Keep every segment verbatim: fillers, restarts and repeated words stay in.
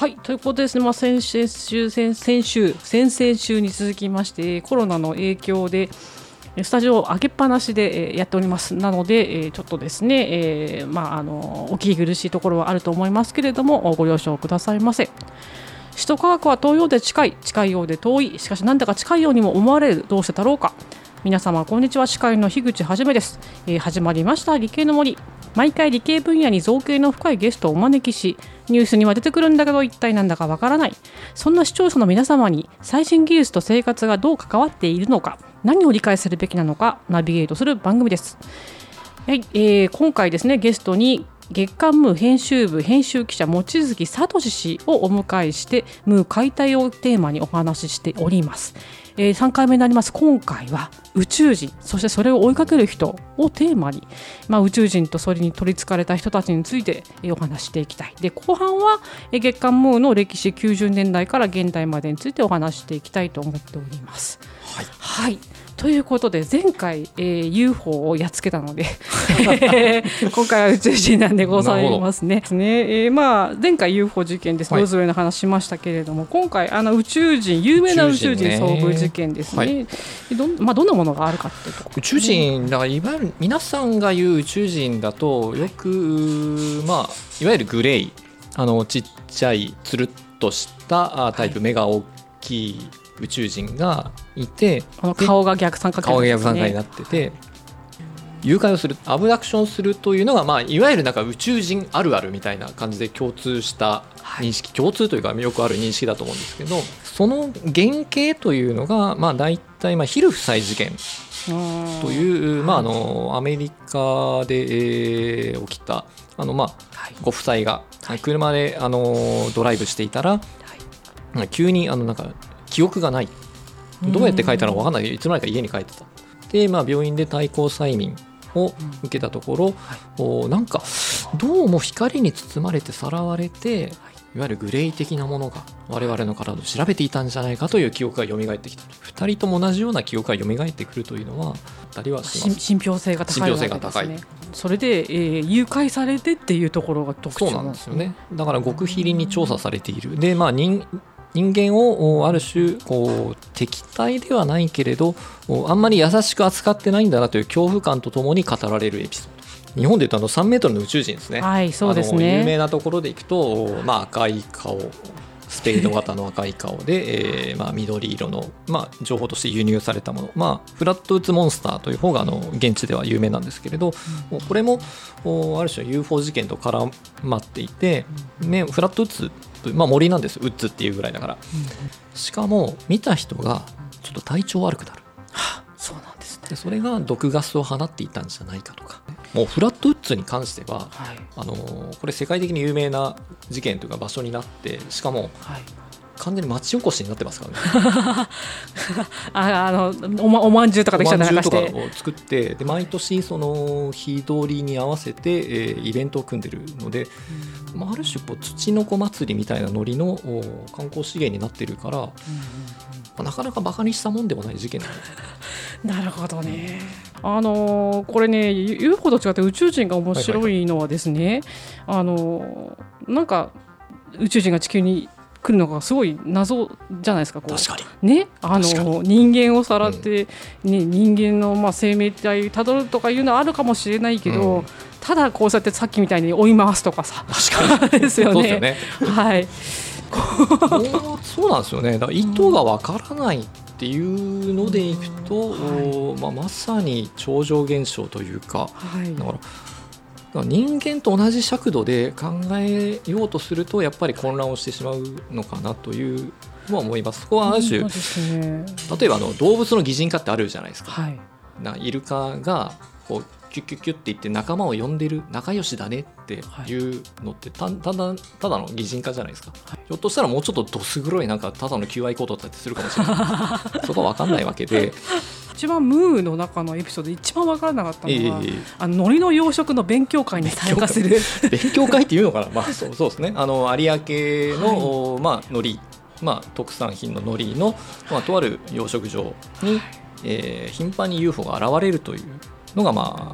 はい、ということですね、まあ、先週先々週先々週に続きましてコロナの影響でスタジオを開けっぱなしでやっております。なのでちょっとですね、えーまあ、あのお聞き苦しいところはあると思いますけれどもご了承くださいませ。首都科学は遠いようで近い、近いようで遠い、しかしなんだか近いようにも思われる、どうしてだろうか。皆様こんにちは、司会の樋口はじめです、えー、始まりました理系の森。毎回理系分野に造形の深いゲストをお招きし、ニュースには出てくるんだけど一体なんだかわからない、そんな視聴者の皆様に最新技術と生活がどう関わっているのか、何を理解するべきなのかナビゲートする番組です。はい、えー、今回ですね、ゲストに月刊ムー編集部編集記者望月聡氏をお迎えして、ムー解体をテーマにお話ししております。えー、さんかいめになります。今回は宇宙人、そしてそれを追いかける人をテーマに、まあ、宇宙人とそれに取り憑かれた人たちについて、えー、お話していきたい。で、後半は、えー、月刊ムーの歴史きゅうじゅうねんだいから現代までについてお話していきたいと思っております。はい、はい、ということで前回、えー、ユーフォー をやっつけたので今回は宇宙人なんでございますね。ね、えーまあ、前回 ユーフォー 事件です、はい、ロズウェルの話しましたけれども、今回あの宇宙人有名な宇宙人遭遇事件ですね。はい、ど, まあ、どんなものがあるかっていうところ、 宇宙人だからいわゆる皆さんが言う宇宙人だとよく、まあ、いわゆるグレイ、あのちっちゃいつるっとしたタイプ、はい、目が大きい宇宙人がいて、 この顔が逆三角形、 顔が逆三角形になってて、誘拐をする、アブダクションするというのが、まあ、いわゆるなんか宇宙人あるあるみたいな感じで共通した認識、はい、共通というかよくある認識だと思うんですけど、その原型というのが、まあ、大体、まあ、ヒル夫妻事件という、まあ、あのアメリカで、えー、起きたあの、まあはい、ご夫妻が車で、あのドライブしていたら、はい、急にあのなんか記憶がない、どうやって帰ったのか分からない、いつの間にか家に帰ってた。で、まあ、病院で対抗催眠を受けたところ、うんはい、なんかどうも光に包まれてさらわれて、はい、いわゆるグレイ的なものが我々の体を調べていたんじゃないかという記憶が蘇ってきた。ふたりとも同じような記憶が蘇ってくるというのはあたりはします。 信憑性が高いわけですね。それで、えー、誘拐されてっていうところが特徴なんですよね。 そうなんですよね。だから極秘裏に調査されている。で、まあ、人人間をある種こう敵対ではないけれどあんまり優しく扱ってないんだなという恐怖感とともに語られるエピソード。日本でいうとあのさんメートルの宇宙人ですね。 はい、そうですね。 あの有名なところでいくと、まあ、赤い顔、スペード型の赤い顔で、えーまあ、緑色の、まあ、情報として輸入されたもの、まあ、フラットウッズモンスターという方があの現地では有名なんですけれど、うん、これもある種 ユーフォー 事件と絡まっていて、ね、フラットウッズ、まあ、森なんですよ、ウッズっていうぐらいだから、うん、しかも見た人がちょっと体調悪くなる、 はあ、そうなんですね。 でそれが毒ガスを放っていたんじゃないかとか、もうフラットウッズに関しては、はい、あのこれ世界的に有名な事件というか場所になって、しかも、はい、完全に町おこしになってますからねああの お, まおまんじゅうとかできたりなんかして、 おまんじゅうとかを作って、で毎年その日取りに合わせて、えー、イベントを組んでるので、うん、まあ、ある種こう土の子祭りみたいなノリの観光資源になってるから、うんうんうん、まあ、なかなかバカにしたもんでもない事件なんですなるほどね。あのー、これね、ユーフォー と違って宇宙人が面白いのはですね、はいはいはい、あのー、なんか宇宙人が地球に来るのがすごい謎じゃないですか。こう確かに、 ね、あの人間をさらって、うんね、人間のまあ生命体たどるとかいうのはあるかもしれないけど、うん、ただこうやってさっきみたいに追い回すとかさ、 確かにですよね。そうですよねはい、 そうなんですよね。だから意図がわからないっていうのでいくと、うんはい、まあ、まさに超常現象というか、はい、だから人間と同じ尺度で考えようとするとやっぱり混乱をしてしまうのかなというのは思います。そこはある種、ね、例えばあの動物の擬人化ってあるじゃないですか、はい、なイルカがこうキュッキュッキュッって言って仲間を呼んでる、仲良しだねっていうのってたただただの擬人化じゃないですか、はい、ひょっとしたらもうちょっとどす黒いなんかただの キューアイ コードだってするかもしれないそこは分かんないわけで一番ムーの中のエピソードで一番分からなかったのは、えー、あの海苔の養殖の勉強会に参加する勉強会っていうのかな、まあ、そうそうですね。あの有明の、はい、まあ、海苔、まあ、特産品の海苔の、まあ、とある養殖場に、はい、えー、頻繁に ユーフォー が現れるというのが、まあ、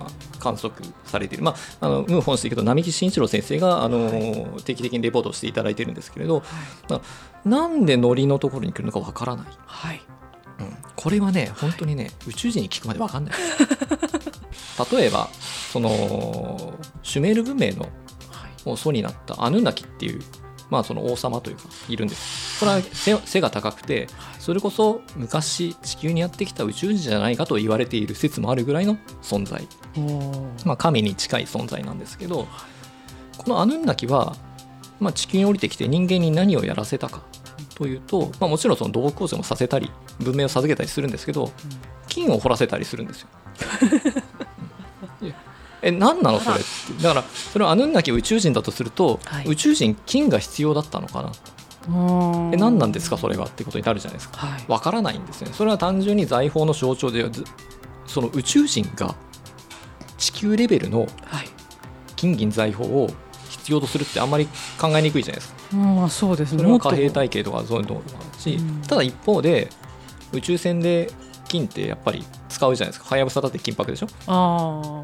観測されている、まあ、あのムー本誌でいくと並木慎一郎先生があの、はい、定期的にレポートをしていただいているんですけれど、はい、まあ、なんでノリのところに来るのかわからない、はい、うん、これはね本当にね、はい、宇宙人に聞くまでわかんない例えばそのシュメール文明の祖になったアヌンナキっていう、まあ、その王様というかいるんです。それは 背, 背が高くて、それこそ昔地球にやってきた宇宙人じゃないかと言われている説もあるぐらいの存在、まあ、神に近い存在なんですけど、このアヌンナキは、まあ、地球に降りてきて人間に何をやらせたかというと、まあ、もちろんその土木工事もさせたり文明を授けたりするんですけど、金を掘らせたりするんですよえ、何なのそれって。だからそれはアヌンナキ宇宙人だとすると、はい、宇宙人金が必要だったのかな、え、何なんですかそれはってことになるじゃないですか。はい、分からないんですね。それは単純に財宝の象徴で、その宇宙人が地球レベルの金銀財宝を必要とするってあんまり考えにくいじゃないですか。 まあ、そうですね。 それは貨幣体系とかそういうのもあるし、うん、ただ一方で宇宙船で金ってやっぱり使うじゃないですか。はやぶさだって金箔でしょ。あ、はい、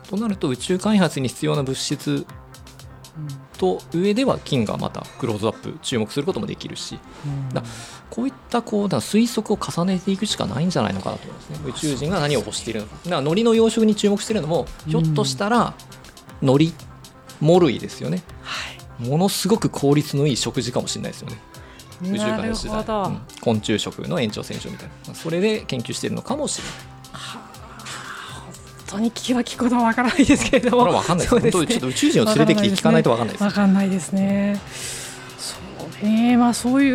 となると宇宙開発に必要な物質と上では金がまたクローズアップ注目することもできるし、うん、だこういったこうだ推測を重ねていくしかないんじゃないのかなと思いますね。宇宙人が何を欲しているのか。だから海苔の養殖に注目しているのも、ひょっとしたら海苔藻類ですよね、はい、ものすごく効率のいい食事かもしれないですよね。宇宙開発時代、うん、昆虫食の延長線上みたいな、それで研究しているのかもしれない。はあ、本当に聞きは聞くことは分からないですけれども、 これは分かんないです。本当にちょっと宇宙人を連れてきて聞かないと分かんないです。 分かんないですね。そうね、まあ、そういう、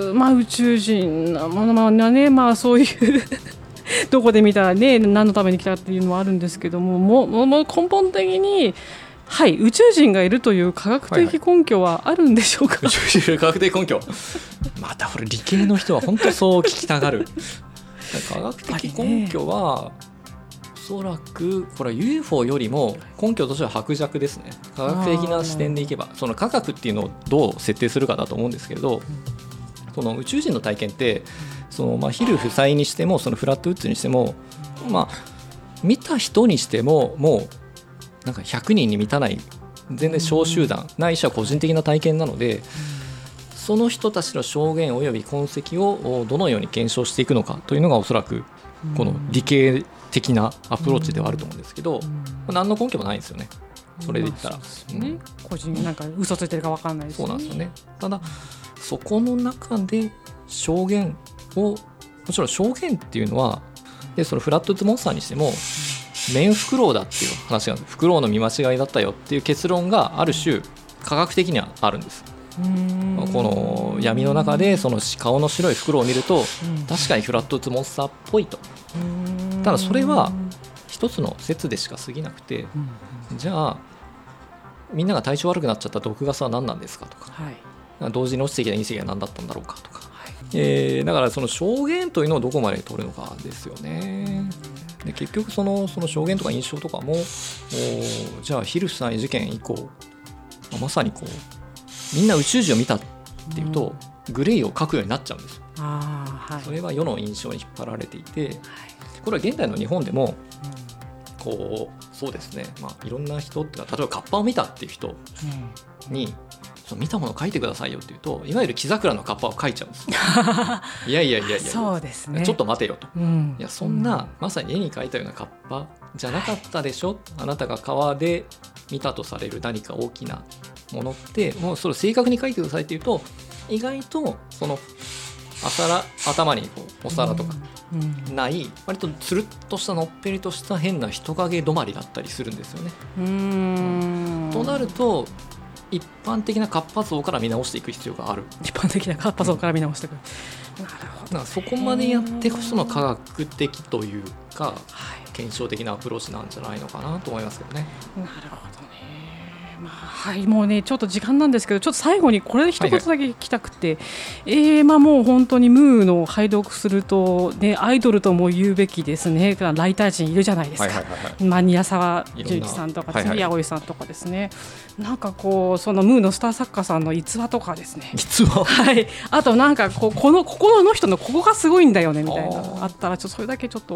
まあ、宇宙人なものまあね、まあ、そういうどこで見たらね何のために来たっていうのもあるんですけども、もうもう根本的にはい、宇宙人がいるという科学的根拠はあるんでしょうか。 はいはい、宇宙人の科学的根拠またこれ理系の人は本当そう聞きたがる科学的根拠は、おそらくこれは ユーフォー よりも根拠としては薄弱ですね。科学的な視点でいけば、その科学っていうのをどう設定するかだと思うんですけれど、その宇宙人の体験ってその、まあ、ヒル夫妻にしてもそのフラットウッズにしても、まあ、見た人にしてももうなんかひゃくにんに満たない全然小集団ないしは個人的な体験なので、その人たちの証言および痕跡をどのように検証していくのかというのがおそらくこの理系的なアプローチではあると思うんですけど、何の根拠もないんですよね。それで言ったら、 ね、個人なんか嘘ついてるか分かんないですよね。 そうなんですよね。ただそこの中で証言を、もちろん証言っていうのはでそのフラットウッズモンスターにしてもメンフクロウだっていう話が、フクロウの見間違いだったよっていう結論がある種科学的にはあるんです。うーん、この闇の中でその顔の白いフクロウを見ると、確かにフラットウッズモンスターっぽいと。ただそれは一つの説でしか過ぎなくて、じゃあみんなが体調悪くなっちゃった毒ガスは何なんですかとか、はい、同時に落ちてきた隕石は何だったんだろうかとか、はい、えー、だからその証言というのをどこまで取るのかですよね。で結局その、その証言とか印象とかも、じゃあヒル夫妻事件以降、まさにこうみんな宇宙人を見たっていうと、うん、グレーを書くようになっちゃうんですよ。あ、はい、それは世の印象に引っ張られていて、はい、これは現代の日本でも、うん、こうそうですね、まあ、いろんな人っていうか、例えばカッパを見たっていう人に、うん、その見たものを書いてくださいよっていうと、いわゆる木桜のカッパを書いちゃうんですいやいやいやいや、 そうですね、 ちょっと待てよと、うん、いやそんな、うん、まさに絵に描いたようなカッパじゃなかったでしょ、はい、あなたが川で見たとされる何か大きなものってもうそれを正確に書いてくださいっていうと、意外とそのあさら頭にこうお皿とかない、うん、割とつるっとしたのっぺりとした変な人影止まりだったりするんですよね。うーん、となると一般的な活発像から見直していく必要がある。 一般的な活発像から見直していく、うん、なるほど、 ね、そこまでやってこその科学的というか、はい、検証的なアプローチなんじゃないのかなと思いますけどね。 なるほどね。まあ、はい、もうねちょっと時間なんですけど、ちょっと最後にこれで一言だけ聞きたくて、はいはい、えー、まあもう本当にムーの拝読すると、ね、アイドルとも言うべきですね、ライター陣いるじゃないですか、はいはいはいはい、まあ、宮沢純一さんとか次葵さんとかですね、なんかこうそのムーのスター作家さんの逸話とかですね、 逸話、 はい、あとなんかこうこのここの人のここがすごいんだよねみたいなのあったら、ちょっとそれだけちょっと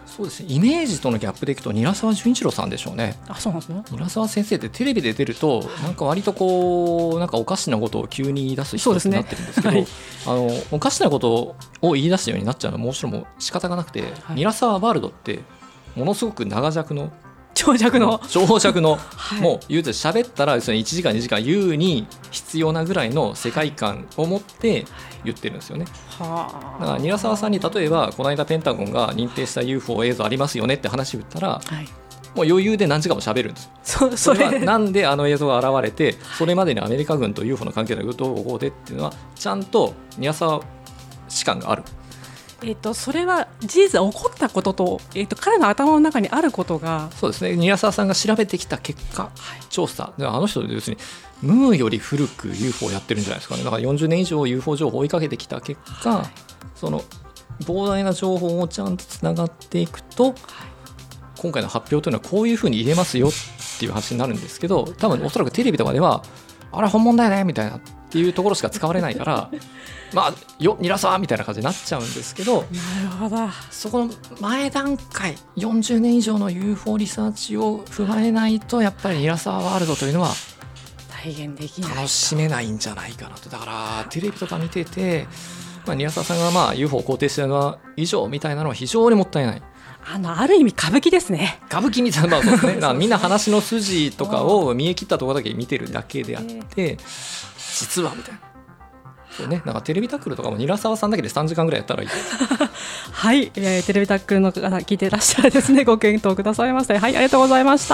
そうですね、イメージとのギャップでいくと韮沢純一郎さんでしょうね。 あ、そうなんですね。 韮沢先生ってテレビで出るとなんか割とこうなんかおかしなことを急に言い出す人になってるんですけど、 そうですね、 あのおかしなことを言い出したようになっちゃうのはもちろんもう仕方がなくて、はい、韮沢ワールドってものすごく長尺の長尺の長尺の、 はい、 もう言うと喋ったらいちじかんにじかん言うに必要なぐらいの世界観を持って言ってるんですよね。はだから韮沢さんに例えばこの間ペンタゴンが認定した ユーフォー 映像ありますよねって話を言ったら、はい、もう余裕で何時間も喋るんです。 そ, それはなんであの映像が現れてそれまでにアメリカ軍と ユーフォー の関係がどうこうでっていうのはちゃんと韮沢士官がある。 えー、とそれは事実起こったことと、えー、と彼の頭の中にあることがそうですね、韮沢さんが調べてきた結果、はい、調査であの人要するにムーより古く ユーフォー やってるんじゃないですかね。だからよんじゅうねん以上 ユーフォー 情報を追いかけてきた結果、はい、その膨大な情報をちゃんとつながっていくと、はい、今回の発表というのはこういうふうに入れますよっていう話になるんですけど、多分おそらくテレビとかではあれ本物だよねみたいなっていうところしか使われないからまあよ韮沢みたいな感じになっちゃうんですけど、 なるほど、 そこの前段階よんじゅうねん以上の ユーフォー リサーチを踏まえないとやっぱり韮沢ワールドというのは体現できない、 楽しめないんじゃないかなと。だからテレビとか見てて、まあ、韮沢さんがまあ ユーフォー を肯定しているのは以上みたいなのは非常にもったいない。 あのある意味歌舞伎ですね。 歌舞伎みたいな、まあそうですね、だからみんな話の筋とかを見え切ったところだけ見てるだけであって実はみたいな。そうね、なんかテレビタックルとかも韮沢さんだけでさんじかんぐらいやったらいいはい、えー、テレビタックルの方聞いていらっしゃるですね、ご検討くださいまして、はい、ありがとうございました。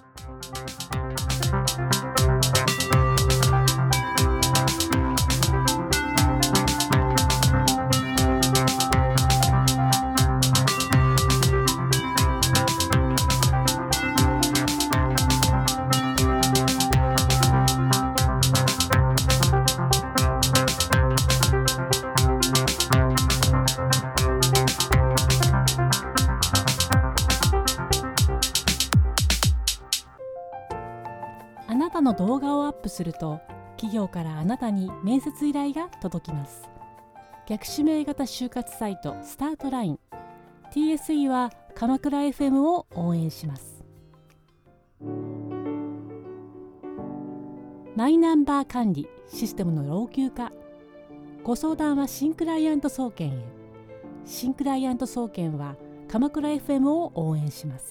あなたの動画をアップすると企業からあなたに面接依頼が届きます。逆指名型就活サイトスタートライン ティーエスイー は鎌倉 エフエム を応援します。マイナンバー管理システムの老朽化、ご相談は新クライアント総研へ。新クライアント総研は鎌倉 エフエム を応援します。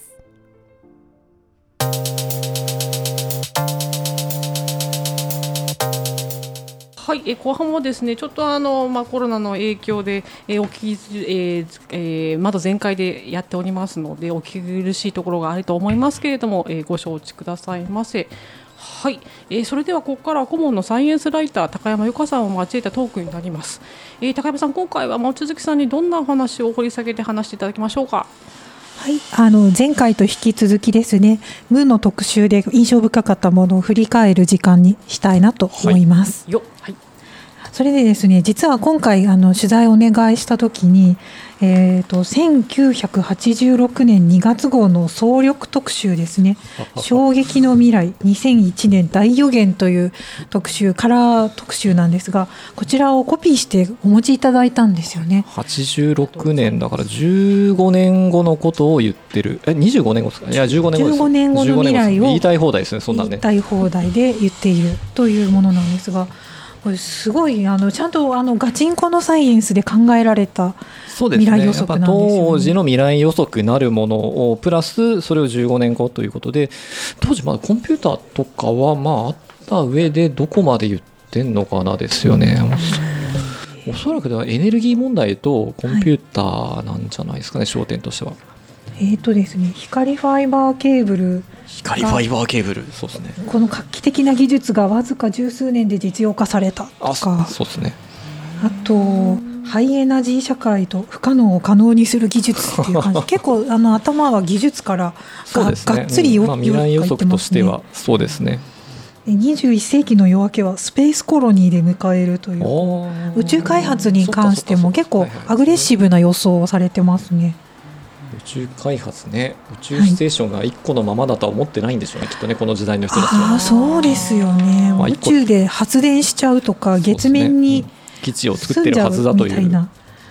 はい、え後半もですねちょっとあの、まあ、コロナの影響で、えーお聞きえーえー、まだ全開でやっておりますのでお聞き苦しいところがあると思いますけれども、えー、ご承知くださいませ。はい、えー、それではここからは顧問のサイエンスライター高山由香さんを交えたトークになります。えー、高山さん、今回は望月さんにどんなお話を掘り下げて話していただきましょうか。 はい、あの前回と引き続きですね、ムーの特集で印象深かったものを振り返る時間にしたいなと思います。 はい、よ、はい、 それでですね、実は今回あの取材をお願いしたときに、えー、とせんきゅうひゃくはちじゅうろくねんにがつ号の総力特集ですね衝撃の未来にせんいちねん大予言という特集カラー特集なんですが、こちらをコピーしてお持ちいただいたんですよね。 はちじゅうろくねんだからじゅうごねんごのことを言ってる。えにじゅうごねんごですか。いやじゅうごねんごです。 じゅうごねんごの未来を言いたい放題ですね。そんなんね、 言いたい放題で言っているというものなんですが、これすごいあのちゃんとあのガチンコのサイエンスで考えられた未来予測なんですよね。 当時の未来予測なるものをプラスそれをじゅうごねんごということで、当時まだコンピューターとかはまああった上でどこまで言ってんのかなですよね。おそらくではエネルギー問題とコンピューターなんじゃないですかね、はい、焦点としては。 えーとですね、光ファイバーケーブル光ファイバーケーブル、そうですね。 この画期的な技術がわずか十数年で実用化されたとか、 あ、そうですね。 あとハイエナジー社会と不可能を可能にする技術っていう感じ結構あの頭は技術からが、ね、がっつりよ、 うんまあ、未来予測としてはそうですね。 にじゅういっせいきの夜明けはスペースコロニーで迎えるという宇宙開発に関しても結構アグレッシブな予想をされてますね。 宇宙開発ね、宇宙ステーションがいっこのままだとは思ってないんでしょうね、はい、きっとね、この時代の人たちは。 あ、そうですよね、まあ、宇宙で発電しちゃうとか月面に基地を作ってるはずだというこ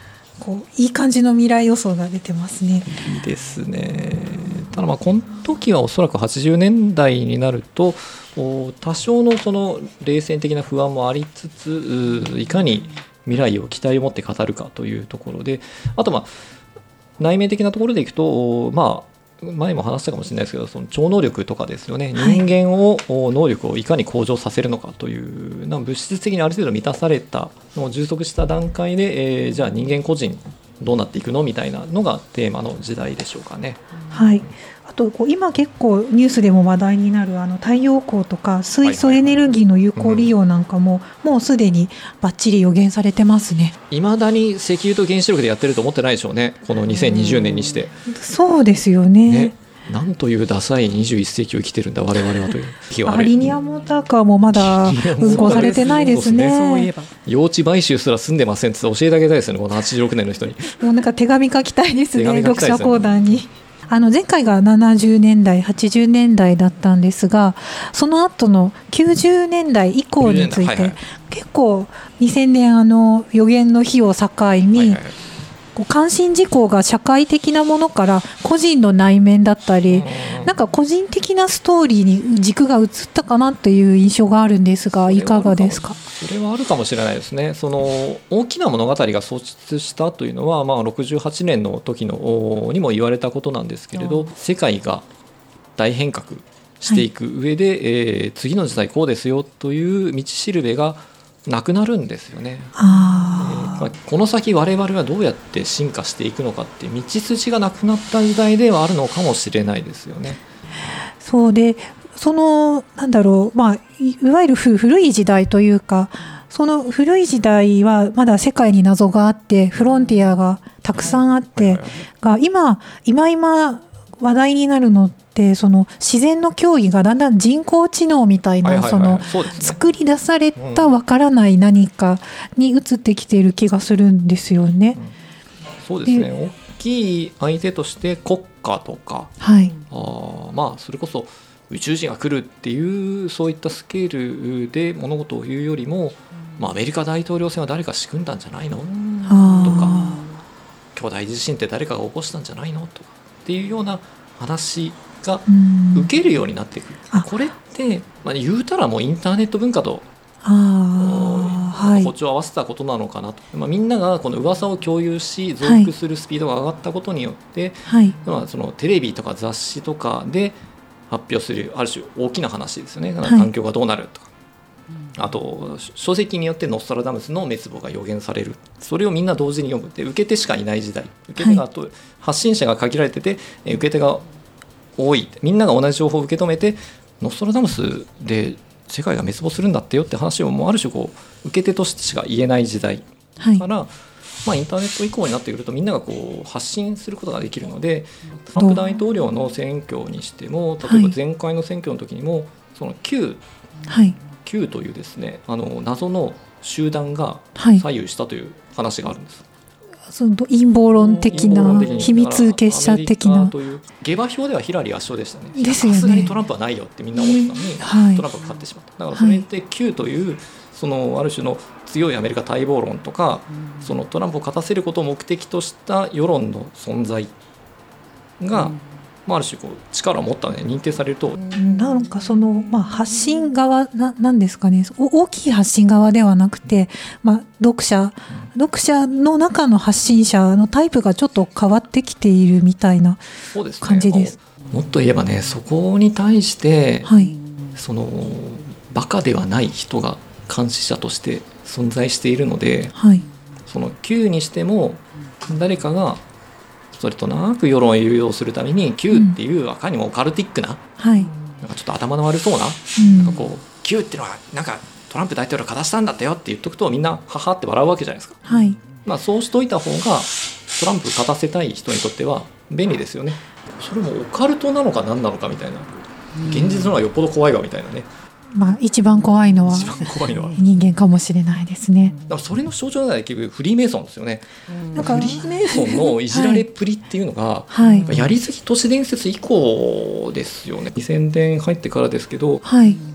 こういい感じの未来予想が出てますね。 いいですね。ただまあこの時はおそらくはちじゅうねんだいになると多少のその冷戦的な不安もありつつ、いかに未来を期待を持って語るかというところで、あとまあ内面的なところでいくと、まあ前も話したかもしれないですけど、その超能力とかですよね、 はい、 人間を能力をいかに向上させるのかというなんか物質的にある程度満たされたのを充足した段階で、えー、じゃあ人間個人どうなっていくのみたいなのがテーマの時代でしょうかね。 はい、あとこう今結構ニュースでも話題になるあの太陽光とか水素エネルギーの有効利用なんかももうすでにバッチリ予言されてますね。 いまだに石油と原子力でやってると思ってないでしょうね、このにせんにじゅうねんにして。 そうですよ ね, ねなんというダサいにじゅういっせいきを生きてるんだ我々はという気がある。 リニアモーターカーもまだ運行されてないですね。 そういえば用地買収すら済んでませんって教えてあげたいですよね、このはちじゅうろくねんの人に。 もうなんか手紙書きたいですね、読者講談に。 すあの前回がななじゅうねんだいはちじゅうねんだいだったんですが、その後のきゅうじゅうねんだい以降について、はいはい、結構にせんねんあの予言の日を境に、はいはいはい、こう関心事項が社会的なものから個人の内面だったり、なんか個人的なストーリーに軸が移ったかなという印象があるんですが、いかがですか。 それはあるかもしれないですね。その大きな物語が創出したというのは、まあ、ろくじゅうはちねんの時のにも言われたことなんですけれど、世界が大変革していく上で、はい、えー、次の時代こうですよという道しるべがなくなるんですよね。あ、えーまあ、この先我々はどうやって進化していくのかって道筋がなくなった時代ではあるのかもしれないですよね。 そうで、そのなんだろう、まあ、いわゆる古い時代というか、その古い時代はまだ世界に謎があってフロンティアがたくさんあって、が今今今話題になるのってその自然の脅威がだんだん人工知能みたいなその作り出されたわからない何かに移ってきている気がするんですよね。 そうですね。大きい相手として国家とか、 はい、 あ、まあそれこそ宇宙人が来るっていうそういったスケールで物事を言うよりも、まあ、アメリカ大統領選は誰か仕組んだんじゃないのとか、巨大地震って誰かが起こしたんじゃないのとかっていうような話が受けるようになっていく。これって、まあ、言うたらもうインターネット文化と歩調を合わせたことなのかなと、まあ、みんながこの噂を共有し増幅するスピードが上がったことによって、はいまあ、そのテレビとか雑誌とかで発表するある種大きな話ですよね。環境がどうなるとか、はい、あと書籍によってノストラダムスの滅亡が予言される、それをみんな同時に読むって受け手しかいない時代、受け手があと、はい、発信者が限られてて受け手が多い、みんなが同じ情報を受け止めてノストラダムスで世界が滅亡するんだってよって話をもうある種こう受け手としてしか言えない時代から、はい、まあ、インターネット以降になってくるとみんながこう発信することができるので、トランプ大統領の選挙にしても例えば前回の選挙の時にも、はい、その Q、はい、Q というですね、あの謎の集団が左右したという話があるんです、 はい、その陰謀論的な秘密結社的なという下馬評ではヒラリー圧勝でしたね。 ですよね。 さすがにトランプはないよってみんな思ってたのに、えーはい、トランプが勝ってしまった。だからそれで Q というそのある種の強いアメリカ待望論とか、うん、そのトランプを勝たせることを目的とした世論の存在が、うん、まあ、ある種こう力を持ったので認定されると、 なんかその、まあ、発信側 な, なんですかね、大きい発信側ではなくて、まあ、読者、うん、読者の中の発信者のタイプがちょっと変わってきているみたいな感じです。 そうですね。もっと言えばね、そこに対して、はい、そのバカではない人が監視者として存在しているので、はい、その Q にしても誰かがそれとなく世論を誘導するために Q っていういかにもオカルティックな、うん、なんかちょっと頭の悪そうな、うん、なんかこう Q っていうのはなんかトランプ大統領が勝たせたんだったよって言っとくとみんなははって笑うわけじゃないですか、はい、まあ、そうしといた方がトランプ勝たせたい人にとっては便利ですよね。それもオカルトなのか何なのかみたいな、現実の方がよっぽど怖いわみたいなね。 まあ、一番怖いのは人間かもしれないですね。 だからそれの象徴が結局フリーメイソンですよね。なんかフリーメイソンのいじられっぷりっていうのが、はい、やりすぎ都市伝説以降ですよね。にせんねん入ってからですけど、はい、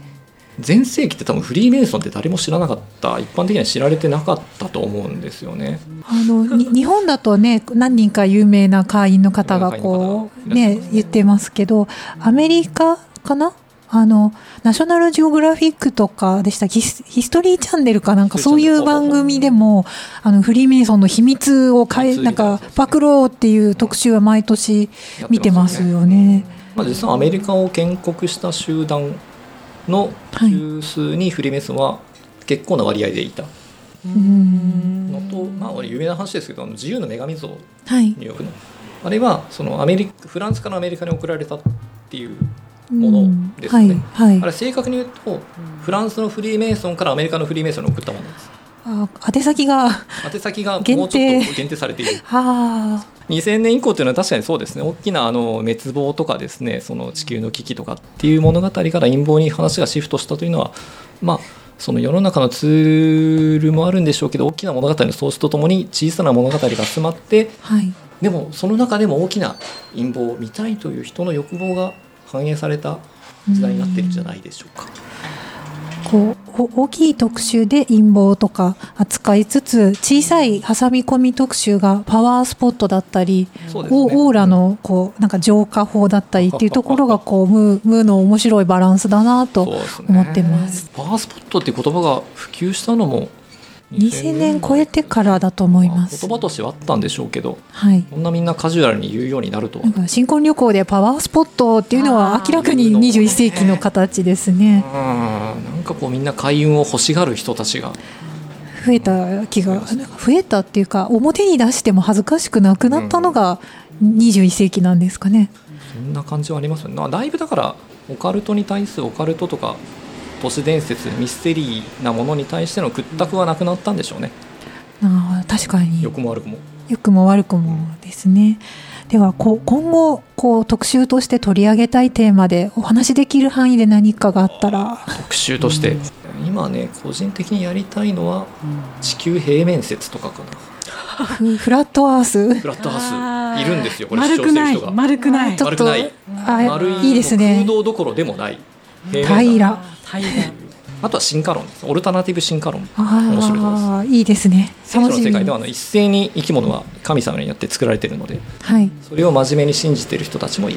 前世紀って多分フリーメイソンって誰も知らなかった、一般的には知られてなかったと思うんですよね。 あの日本だとね何人か有名な会員の方がこうね言ってますけど、アメリカかな、あのナショナルジオグラフィックとかでしたヒス、ヒストリーチャンネルかなんかそういう番組でもあのフリーメイソンの秘密をかえなんか暴露っていう特集は毎年見てますよね。 まあ、実はアメリカを建国した集団の中枢にフリーメイソンは結構な割合でいたのと、まあ、有名な話ですけど自由の女神像、ニューヨークのあれはそのアメリカフランスからアメリカに送られたっていうものですね、うんはいはい、あれ正確に言うとフランスのフリーメイソンからアメリカのフリーメイソンに送ったものです。 あ宛先が宛先がもうちょっと限定されているはにせんねん以降というのは確かにそうですね、大きなあの滅亡とかですね、その地球の危機とかっていう物語から陰謀に話がシフトしたというのは、まあ、その世の中のツールもあるんでしょうけど、大きな物語の創出とともに小さな物語が集まって、はい、でもその中でも大きな陰謀を見たいという人の欲望が反映された時代になっているんじゃないでしょうか。 こう大きい特集で陰謀とか扱いつつ、小さい挟み込み特集がパワースポットだったり、ね、オーラのこうなんか浄化法だったりっていうところがこうムー、ムーの面白いバランスだなと思ってます。 パワースポットっていう言葉が普及したのもにせんねん超えてからだと思います。 言葉としてはあったんでしょうけど、 はい、 こんなみんなカジュアルに言うようになるとは。 なんか新婚旅行でパワースポットっていうのは明らかににじゅういっせいきの形ですね。 あなんかこうみんな開運を欲しがる人たちが増えた気が、増えたっていうか表に出しても恥ずかしくなくなったのがにじゅういっせいきなんですかね。 そんな感じはありますよね。だいぶだからオカルトに対するオカルトとか都市伝説ミステリーなものに対しての屈託はなくなったんでしょうね。 あ確かに良くも悪くも良くも悪くもですね。ではこう今後こう特集として取り上げたいテーマでお話しできる範囲で何かがあったら。 特集として、うん、今ね個人的にやりたいのは地球平面説とかかな。 フ, フラットアースフラットアースいるんですよ。これ丸くない丸くないちょっと丸あいいですね。 空洞どころでもない平らあとは進化論です。オルタナティブ進化論面白いと思います。 いいですね。 聖書の世界ではあの一斉に生き物は神様によって作られているので、 はい、 それを真面目に信じている人たちもいる。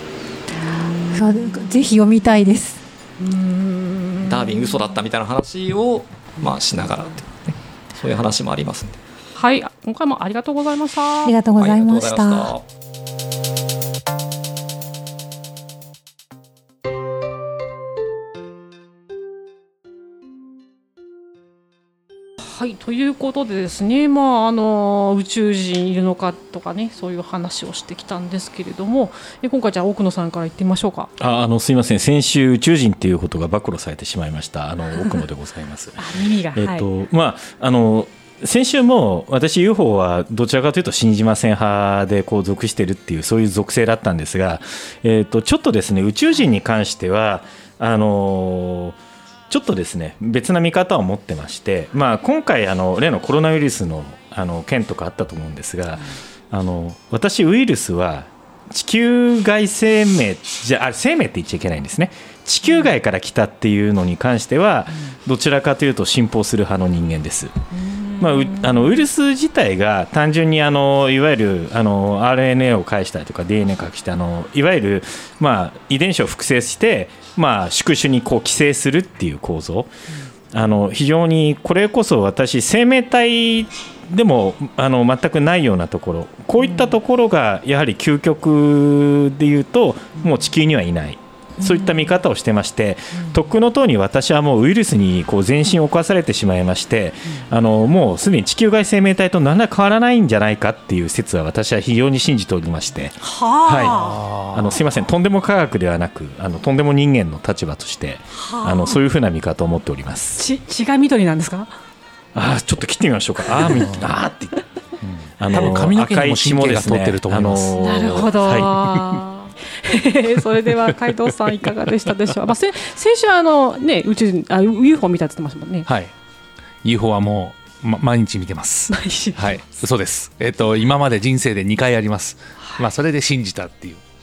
ぜひ読みたいです。 うーんダーウィン嘘だったみたいな話を、まあ、しながら、ね、そういう話もありますので。 はい、今回もありがとうございました。 ありがとうございました。 はい、ということでですね、まあ、あの宇宙人いるのかとかね、そういう話をしてきたんですけれども、今回じゃあ奥野さんから言ってみましょうか。 ああのすいません、先週宇宙人ということが暴露されてしまいました。あの奥野でございますあ耳が、 えっと、はい、まああの先週も私 ユーフォー はどちらかというと信じません派でこう属しているっていうそういう属性だったんですが、えっと、ちょっとですね宇宙人に関してはあのーちょっとですね別な見方を持ってまして、まあ、今回あの例のコロナウイルス の, あの件とかあったと思うんですが、あの私ウイルスは地球外生命じゃあ生命って言っちゃいけないんですね。地球外から来たっていうのに関してはどちらかというと信奉する派の人間です。まあ、うあのウイルス自体が単純にあのいわゆるあの アールエヌエー を介したりとか ディーエヌエー を介してあのいわゆるまあ遺伝子を複製してまあ宿主にこう寄生するっていう構造、あの非常にこれこそ私生命体でもあの全くないようなところ、こういったところがやはり究極でいうともう地球にはいない、そういった見方をしてまして、とっくのとうに私はもうウイルスにこう全身を侵されてしまいまして、あのもうすでに地球外生命体と何ら変わらないんじゃないかっていう説は私は非常に信じておりまして、はい、あのすいません、とんでも科学ではなくあのとんでも人間の立場としてあのそういうふうな見方を持っております。 ち血が緑なんですか？ あちょっと切ってみましょうか。あーあーって言って、 あの多分髪の毛にも神経が通ってると思います。 なるほど、はいそれでは海藤さんいかがでしたでしょう。まあ、先週あの、ね、宇宙あ ユーフォー 見たって言ってましたもんね。 はい、ユーフォー はもう、ま、毎日見てます。 毎日、 はい、嘘です、えーと、今まで人生でにかいあります、はい、まあ、それで信じたっていう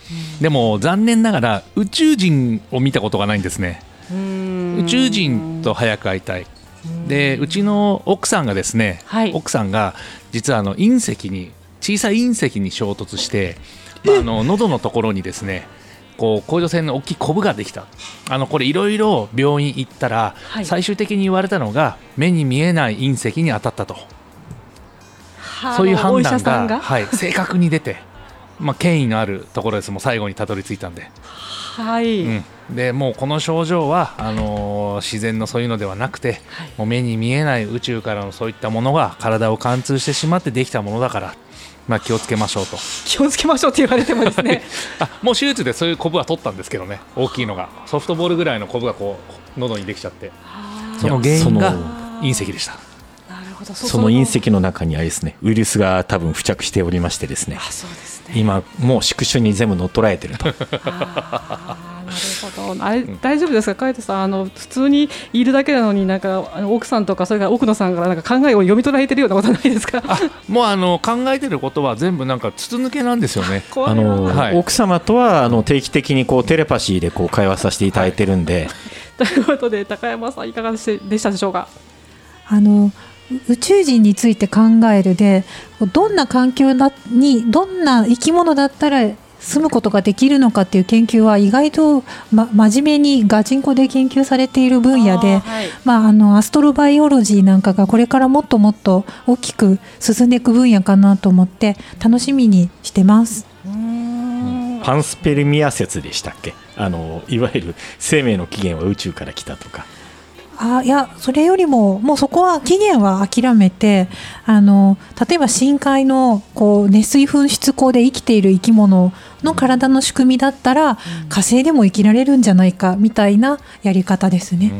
でも残念ながら宇宙人を見たことがないんですね。宇宙人と早く会いたい。でうちの奥さんがですね、はい、奥さんが実はあの隕石に小さい隕石に衝突して、まあ、あの喉のところにですねこう甲状腺の大きいコブができた。あのこれいろいろ病院行ったら、はい、最終的に言われたのが目に見えない隕石に当たったと、そういう判断が、が、はい、正確に出てまあ権威のあるところです。もう最後にたどり着いたんで、 はい、 うん、でもうこの症状はあのー、自然のそういうのではなくて、はい、もう目に見えない宇宙からのそういったものが体を貫通してしまってできたものだから、まあ、気をつけましょうと。 気をつけましょうって言われてもですねあもう手術でそういうコブは取ったんですけどね、大きいのがソフトボールぐらいのコブがこう喉にできちゃって、その原因が隕石でした。 その隕石の中にはですねウイルスが多分付着しておりましてですね、 あそうですね、 今もう宿主に全部乗っ取られてるとあなるほど。あれ、うん、大丈夫ですか海人さん、あの普通にいるだけなのになんかあの奥さんとかそれから奥野さんからなんか考えを読み取られてるようなことはないですか？ あもうあの考えてることは全部なんか筒抜けなんですよねあの、はい、奥様とはあの定期的にこうテレパシーでこう会話させていただいてるんで、 はい、ということで高山さんいかがでしたでしょうか？ あの宇宙人について考えるで、どんな環境にどんな生き物だったら住むことができるのかっていう研究は意外と、ま、真面目にガチンコで研究されている分野で、あ、はい、まあ、あのアストロバイオロジーなんかがこれからもっともっと大きく進んでいく分野かなと思って楽しみにしてます。 うーん、パンスペルミア説でしたっけ、あのいわゆる生命の起源は宇宙から来たとか。 あいやそれよりももうそこは起源は諦めて、あの例えば深海のこう熱水噴出口で生きている生き物の体の仕組みだったら、うん、火星でも生きられるんじゃないかみたいなやり方ですね。うん、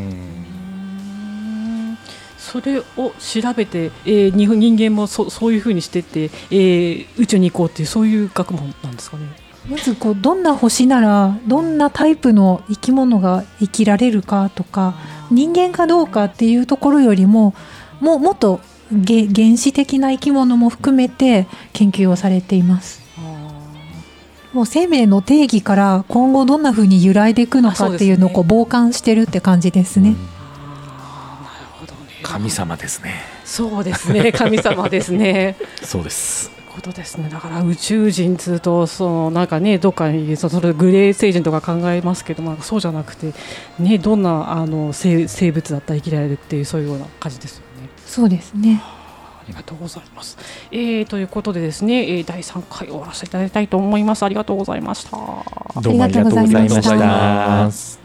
それを調べて、えー、人, 人間も そ, そういうふうにしてって、えー、宇宙に行こうっていうそういう学問なんですかね。 まずこうどんな星ならどんなタイプの生き物が生きられるかとか、人間かどうかっていうところよりももうもっと原始的な生き物も含めて研究をされています。もう生命の定義から今後どんなふうに揺らいでいくのかっていうのをこう傍観してるって感じですね。 神様ですね。 そうですね、神様ですねそうですことですね。だから宇宙人つうとそのなんかねどっかにそのグレー星人とか考えますけども、そうじゃなくてねどんなあの 生, 生物だったら生きられるっていうそういうような感じですよね。 そうですね。 ありがとうございます。えー、ということでですね、えー、だいさんかい終わらせていただきたいと思います。ありがとうございました。 どうもありがとうございました。